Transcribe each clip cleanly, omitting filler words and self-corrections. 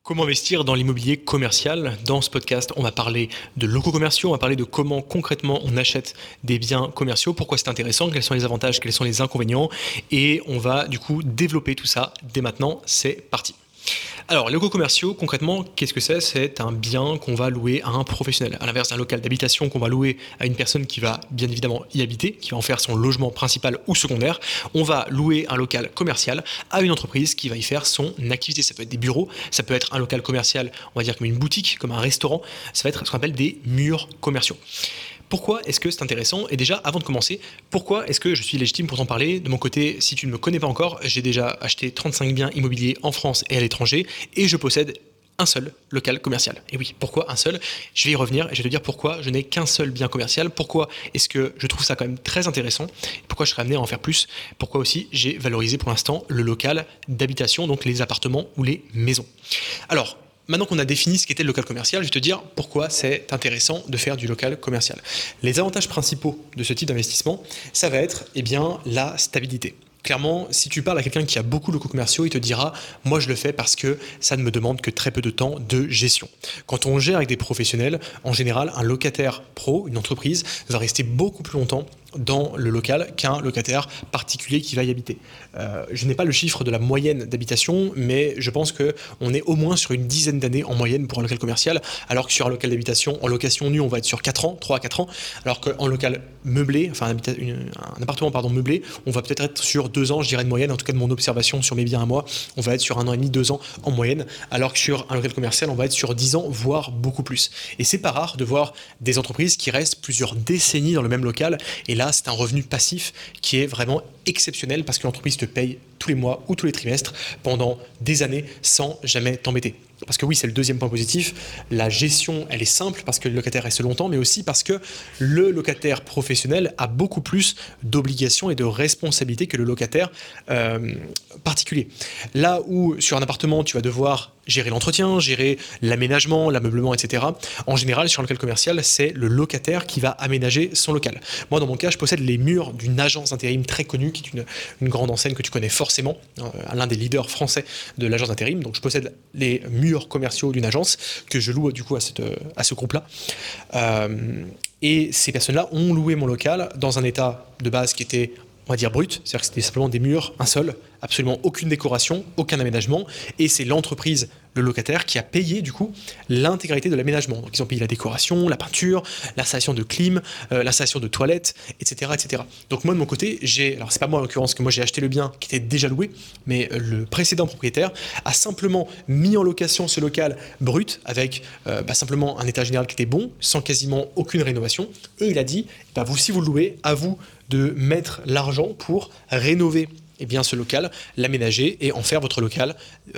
Comment investir dans l'immobilier commercial? Dans ce podcast, on va parler de locaux commerciaux, on va parler de comment concrètement on achète des biens commerciaux, pourquoi c'est intéressant, quels sont les avantages, quels sont les inconvénients, et on va du coup développer tout ça dès maintenant. C'est parti. Alors, les locaux commerciaux, concrètement, qu'est-ce que c'est? C'est un bien qu'on va louer à un professionnel. À l'inverse d'un local d'habitation qu'on va louer à une personne qui va bien évidemment y habiter, qui va en faire son logement principal ou secondaire, on va louer un local commercial à une entreprise qui va y faire son activité. Ça peut être des bureaux, ça peut être un local commercial, on va dire comme une boutique, comme un restaurant, ça va être ce qu'on appelle des murs commerciaux. Pourquoi est-ce que c'est intéressant? Et déjà, avant de commencer, pourquoi est-ce que je suis légitime pour t'en parler? De mon côté, si tu ne me connais pas encore, j'ai déjà acheté 35 biens immobiliers en France et à l'étranger et je possède un seul local commercial. Et oui, pourquoi un seul? Je vais y revenir et je vais te dire pourquoi je n'ai qu'un seul bien commercial, pourquoi est-ce que je trouve ça quand même très intéressant, pourquoi je serais amené à en faire plus, pourquoi aussi j'ai valorisé pour l'instant le local d'habitation, donc les appartements ou les maisons. Alors, maintenant qu'on a défini ce qu'était le local commercial, je vais te dire pourquoi c'est intéressant de faire du local commercial. Les avantages principaux de ce type d'investissement, ça va être la stabilité. Clairement, si tu parles à quelqu'un qui a beaucoup de locaux commerciaux, il te dira « moi je le fais parce que ça ne me demande que très peu de temps de gestion ». Quand on gère avec des professionnels, en général, un locataire pro, une entreprise, va rester beaucoup plus longtemps dans le local qu'un locataire particulier qui va y habiter. Je n'ai pas le chiffre de la moyenne d'habitation, mais je pense qu'on est au moins sur une dizaine d'années en moyenne pour un local commercial, alors que sur un local d'habitation, en location nue, on va être sur 4 ans, 3 à 4 ans, alors qu'en local meublé, enfin un appartement meublé, on va peut-être être sur 2 ans, je dirais de moyenne, en tout cas de mon observation sur mes biens à moi, on va être sur 1 an et demi, 2 ans en moyenne, alors que sur un local commercial, on va être sur 10 ans, voire beaucoup plus. Et c'est pas rare de voir des entreprises qui restent plusieurs décennies dans le même local, et là, c'est un revenu passif qui est vraiment exceptionnel parce que l'entreprise te paye tous les mois ou tous les trimestres pendant des années sans jamais t'embêter. Parce que oui, c'est le deuxième point positif, la gestion, elle est simple parce que le locataire reste longtemps, mais aussi parce que le locataire professionnel a beaucoup plus d'obligations et de responsabilités que le locataire particulier. Là où sur un appartement, tu vas devoir gérer l'entretien, gérer l'aménagement, l'ameublement, etc. En général, sur un local commercial, c'est le locataire qui va aménager son local. Moi, dans mon cas, je possède les murs d'une agence d'intérim très connue, qui est une grande enseigne que tu connais forcément, l'un des leaders français de l'agence d'intérim. Donc, je possède les murs commerciaux d'une agence que je loue du coup à ce groupe-là. Et ces personnes-là ont loué mon local dans un état de base qui était, on va dire, brut, c'est-à-dire que c'était simplement des murs, un seul, absolument aucune décoration, aucun aménagement, et c'est l'entreprise, le locataire, qui a payé du coup l'intégralité de l'aménagement. Donc ils ont payé la décoration, la peinture, l'installation de clim, l'installation de toilettes, etc., etc. Donc moi de mon côté, alors c'est pas moi en l'occurrence que moi j'ai acheté le bien qui était déjà loué, mais le précédent propriétaire a simplement mis en location ce local brut avec simplement un état général qui était bon, sans quasiment aucune rénovation, et il a dit, vous si vous le louez, à vous de mettre l'argent pour rénover ce local, l'aménager et en faire votre local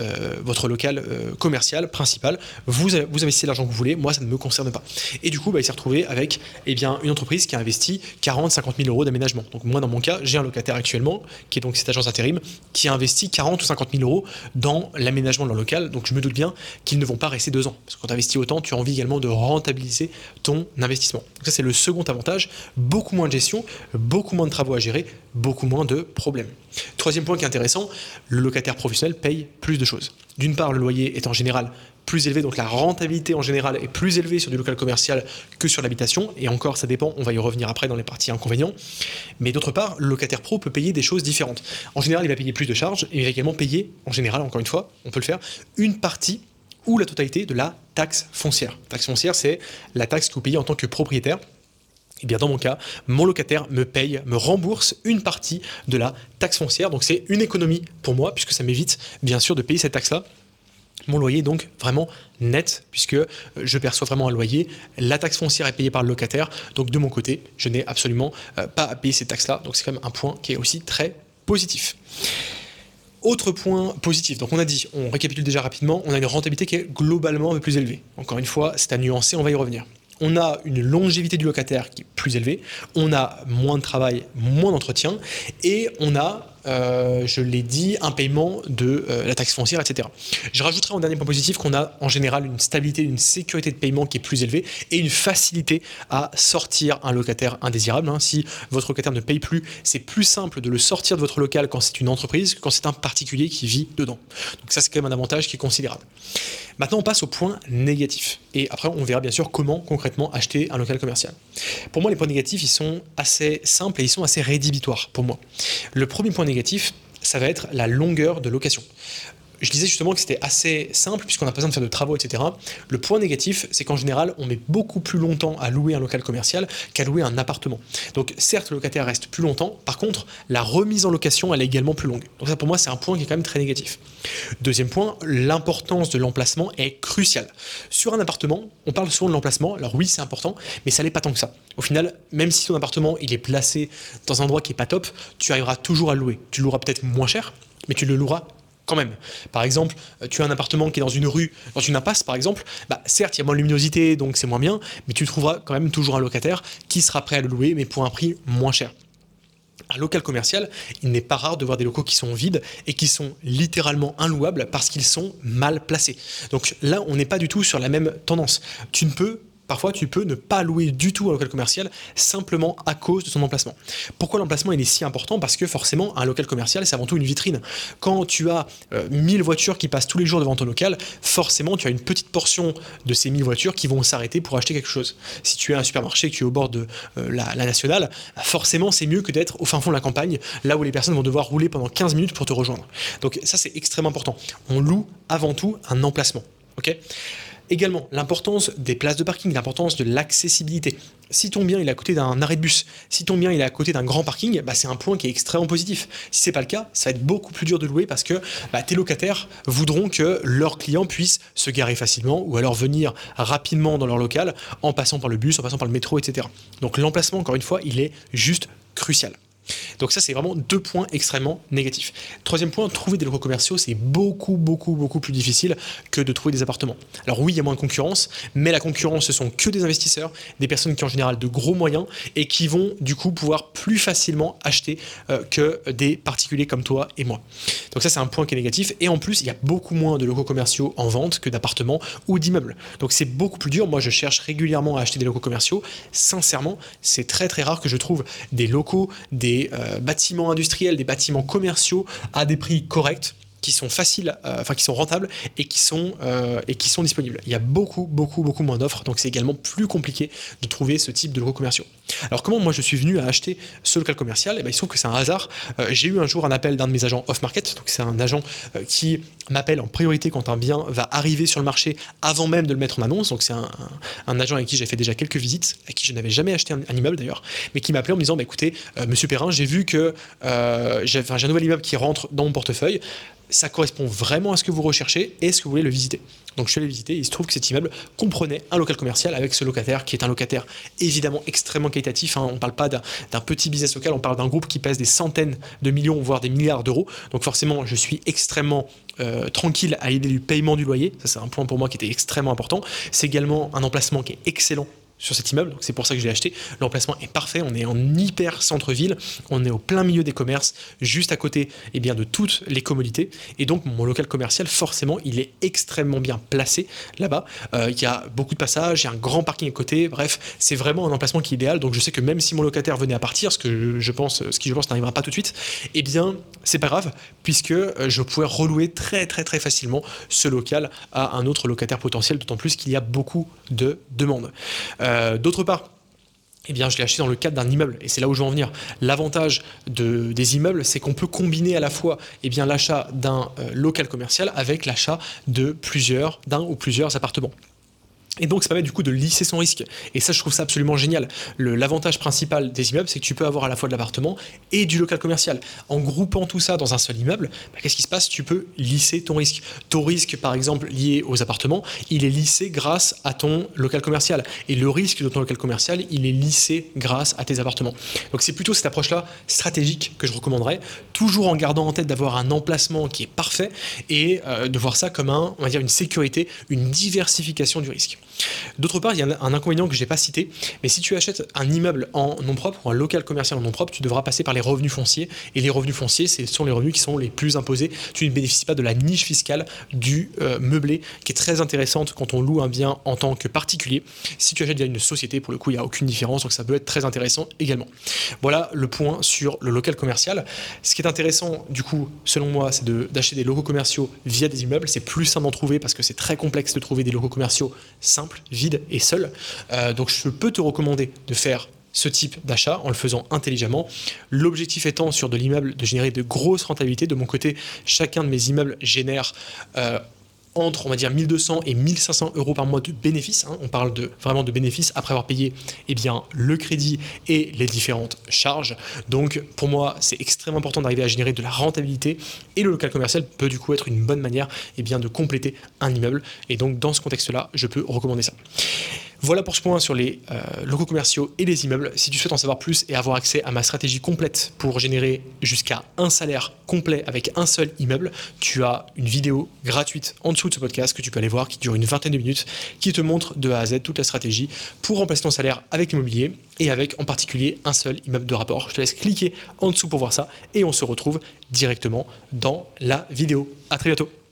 commercial principal. Vous investissez l'argent que vous voulez, moi ça ne me concerne pas. Et du coup, il s'est retrouvé avec une entreprise qui a investi 40-50 000 euros d'aménagement. Donc moi, dans mon cas, j'ai un locataire actuellement, qui est donc cette agence d'intérim, qui a investi 40 ou 50 000 euros dans l'aménagement de leur local. Donc je me doute bien qu'ils ne vont pas rester 2 ans. Parce que quand tu investis autant, tu as envie également de rentabiliser ton investissement. Donc ça, c'est le second avantage. Beaucoup moins de gestion, beaucoup moins de travaux à gérer, beaucoup moins de problèmes. Troisième point qui est intéressant, le locataire professionnel paye plus de choses. D'une part, le loyer est en général plus élevé, donc la rentabilité en général est plus élevée sur du local commercial que sur l'habitation, et encore ça dépend, on va y revenir après dans les parties inconvénients, mais d'autre part, le locataire pro peut payer des choses différentes. En général, il va payer plus de charges, et il va également payer, en général, encore une fois, on peut le faire, une partie ou la totalité de la taxe foncière. La taxe foncière, c'est la taxe que vous payez en tant que propriétaire. Et bien dans mon cas, mon locataire me rembourse une partie de la taxe foncière. Donc c'est une économie pour moi, puisque ça m'évite bien sûr de payer cette taxe-là. Mon loyer est donc vraiment net, puisque je perçois vraiment un loyer. La taxe foncière est payée par le locataire. Donc de mon côté, je n'ai absolument pas à payer ces taxes-là. Donc c'est quand même un point qui est aussi très positif. Autre point positif, donc on récapitule déjà rapidement, on a une rentabilité qui est globalement un peu plus élevée. Encore une fois, c'est à nuancer, on va y revenir. On a une longévité du locataire qui est plus élevée, on a moins de travail, moins d'entretien, et on a, je l'ai dit, un paiement de la taxe foncière, etc. Je rajouterai en dernier point positif qu'on a en général une stabilité, une sécurité de paiement qui est plus élevée et une facilité à sortir un locataire indésirable. Si votre locataire ne paye plus, c'est plus simple de le sortir de votre local quand c'est une entreprise que quand c'est un particulier qui vit dedans. Donc ça, c'est quand même un avantage qui est considérable. Maintenant, on passe au point négatif. Et après, on verra bien sûr comment concrètement acheter un local commercial. Pour moi, les points négatifs, ils sont assez simples et ils sont assez rédhibitoires pour moi. Le premier point négatif, ça va être la longueur de location. Je disais justement que c'était assez simple puisqu'on n'a pas besoin de faire de travaux, etc. Le point négatif, c'est qu'en général, on met beaucoup plus longtemps à louer un local commercial qu'à louer un appartement. Donc certes, le locataire reste plus longtemps, par contre, la remise en location, elle est également plus longue. Donc ça, pour moi, c'est un point qui est quand même très négatif. Deuxième point, l'importance de l'emplacement est cruciale. Sur un appartement, on parle souvent de l'emplacement, alors oui, c'est important, mais ça n'est pas tant que ça. Au final, même si ton appartement, il est placé dans un endroit qui n'est pas top, tu arriveras toujours à le louer. Tu le loueras peut-être moins cher, mais tu le loueras quand même. Par exemple, tu as un appartement qui est dans une rue, dans une impasse par exemple, certes il y a moins de luminosité donc c'est moins bien, mais tu trouveras quand même toujours un locataire qui sera prêt à le louer mais pour un prix moins cher. Un local commercial, il n'est pas rare de voir des locaux qui sont vides et qui sont littéralement inlouables parce qu'ils sont mal placés. Donc là, on n'est pas du tout sur la même tendance. Parfois, tu peux ne pas louer du tout un local commercial simplement à cause de son emplacement. Pourquoi l'emplacement il est si important ? Parce que forcément, un local commercial, c'est avant tout une vitrine. Quand tu as 1000 voitures qui passent tous les jours devant ton local, forcément, tu as une petite portion de ces 1000 voitures qui vont s'arrêter pour acheter quelque chose. Si tu es un supermarché et que tu es au bord de la nationale, forcément, c'est mieux que d'être au fin fond de la campagne, là où les personnes vont devoir rouler pendant 15 minutes pour te rejoindre. Donc ça, c'est extrêmement important. On loue avant tout un emplacement. Okay ? Également, l'importance des places de parking, l'importance de l'accessibilité. Si ton bien il est à côté d'un arrêt de bus, si ton bien il est à côté d'un grand parking, c'est un point qui est extrêmement positif. Si c'est pas le cas, ça va être beaucoup plus dur de louer parce que tes locataires voudront que leurs clients puissent se garer facilement ou alors venir rapidement dans leur local en passant par le bus, en passant par le métro, etc. Donc l'emplacement, encore une fois, il est juste crucial. Donc ça, c'est vraiment 2 points extrêmement négatifs. Troisième point, trouver des locaux commerciaux, c'est beaucoup plus difficile que de trouver des appartements. Alors oui, il y a moins de concurrence, mais la concurrence, ce sont que des investisseurs, des personnes qui ont en général de gros moyens et qui vont du coup pouvoir plus facilement acheter que des particuliers comme toi et moi. Donc ça, c'est un point qui est négatif. Et en plus, il y a beaucoup moins de locaux commerciaux en vente que d'appartements ou d'immeubles. Donc c'est beaucoup plus dur. Moi, je cherche régulièrement à acheter des locaux commerciaux. Sincèrement, c'est très rare que je trouve des locaux, des bâtiments industriels, des bâtiments commerciaux à des prix corrects, qui sont faciles, qui sont rentables et qui sont disponibles. Il y a beaucoup moins d'offres, donc c'est également plus compliqué de trouver ce type de locaux commerciaux. Alors comment moi je suis venu à acheter ce local commercial ? Il se trouve que c'est un hasard. J'ai eu un jour un appel d'un de mes agents off-market, donc c'est un agent qui m'appelle en priorité quand un bien va arriver sur le marché avant même de le mettre en annonce. Donc c'est un agent avec qui j'ai fait déjà quelques visites, avec qui je n'avais jamais acheté un immeuble d'ailleurs, mais qui m'appelait en me disant écoutez, Monsieur Perrin, j'ai vu que j'ai un nouvel immeuble qui rentre dans mon portefeuille. Ça correspond vraiment à ce que vous recherchez, est-ce que vous voulez le visiter ? Donc je suis allé visiter, il se trouve que cet immeuble comprenait un local commercial avec ce locataire qui est un locataire évidemment extrêmement qualitatif. On ne parle pas d'un petit business local, on parle d'un groupe qui pèse des centaines de millions, voire des milliards d'euros. Donc forcément, je suis extrêmement tranquille à l'idée du paiement du loyer. Ça, c'est un point pour moi qui était extrêmement important. C'est également un emplacement qui est excellent sur cet immeuble, donc c'est pour ça que je l'ai acheté. L'emplacement est parfait, on est en hyper centre-ville, on est au plein milieu des commerces, juste à côté de toutes les commodités, et donc mon local commercial, forcément, il est extrêmement bien placé là-bas. Il y a beaucoup de passages, il y a un grand parking à côté, bref, c'est vraiment un emplacement qui est idéal, donc je sais que même si mon locataire venait à partir, ce qui je pense n'arrivera pas tout de suite, c'est pas grave, puisque je pourrais relouer très facilement ce local à un autre locataire potentiel, d'autant plus qu'il y a beaucoup de demandes. D'autre part, je l'ai acheté dans le cadre d'un immeuble, et c'est là où je veux en venir. L'avantage des immeubles, c'est qu'on peut combiner à la fois l'achat d'un local commercial avec l'achat d'un ou plusieurs appartements. Et donc ça permet du coup de lisser son risque. Et ça, je trouve ça absolument génial. L'avantage principal des immeubles, c'est que tu peux avoir à la fois de l'appartement et du local commercial. En groupant tout ça dans un seul immeuble, qu'est-ce qui se passe ? Tu peux lisser ton risque. Ton risque, par exemple, lié aux appartements, il est lissé grâce à ton local commercial. Et le risque de ton local commercial, il est lissé grâce à tes appartements. Donc c'est plutôt cette approche-là stratégique que je recommanderais, toujours en gardant en tête d'avoir un emplacement qui est parfait et de voir ça comme une sécurité, une diversification du risque. D'autre part, il y a un inconvénient que je n'ai pas cité, mais si tu achètes un immeuble en nom propre ou un local commercial en nom propre, tu devras passer par les revenus fonciers. Et les revenus fonciers, ce sont les revenus qui sont les plus imposés. Tu ne bénéficies pas de la niche fiscale du meublé, qui est très intéressante quand on loue un bien en tant que particulier. Si tu achètes via une société, pour le coup, il n'y a aucune différence, donc ça peut être très intéressant également. Voilà le point sur le local commercial. Ce qui est intéressant, du coup, selon moi, c'est d'acheter des locaux commerciaux via des immeubles. C'est plus simple d'en trouver parce que c'est très complexe de trouver des locaux commerciaux simples, vides et seuls. Donc je peux te recommander de faire ce type d'achat en le faisant intelligemment. L'objectif étant sur de l'immeuble de générer de grosses rentabilités. De mon côté, chacun de mes immeubles génère entre, on va dire, 1200 et 1500 euros par mois de bénéfices. On parle vraiment de bénéfices après avoir payé le crédit et les différentes charges. Donc pour moi, c'est extrêmement important d'arriver à générer de la rentabilité et le local commercial peut du coup être une bonne manière de compléter un immeuble. Et donc dans ce contexte-là, je peux recommander ça. Voilà pour ce point sur les locaux commerciaux et les immeubles. Si tu souhaites en savoir plus et avoir accès à ma stratégie complète pour générer jusqu'à un salaire complet avec un seul immeuble, tu as une vidéo gratuite en dessous de ce podcast que tu peux aller voir qui dure une vingtaine de minutes, qui te montre de A à Z toute la stratégie pour remplacer ton salaire avec l'immobilier et avec en particulier un seul immeuble de rapport. Je te laisse cliquer en dessous pour voir ça et on se retrouve directement dans la vidéo. À très bientôt.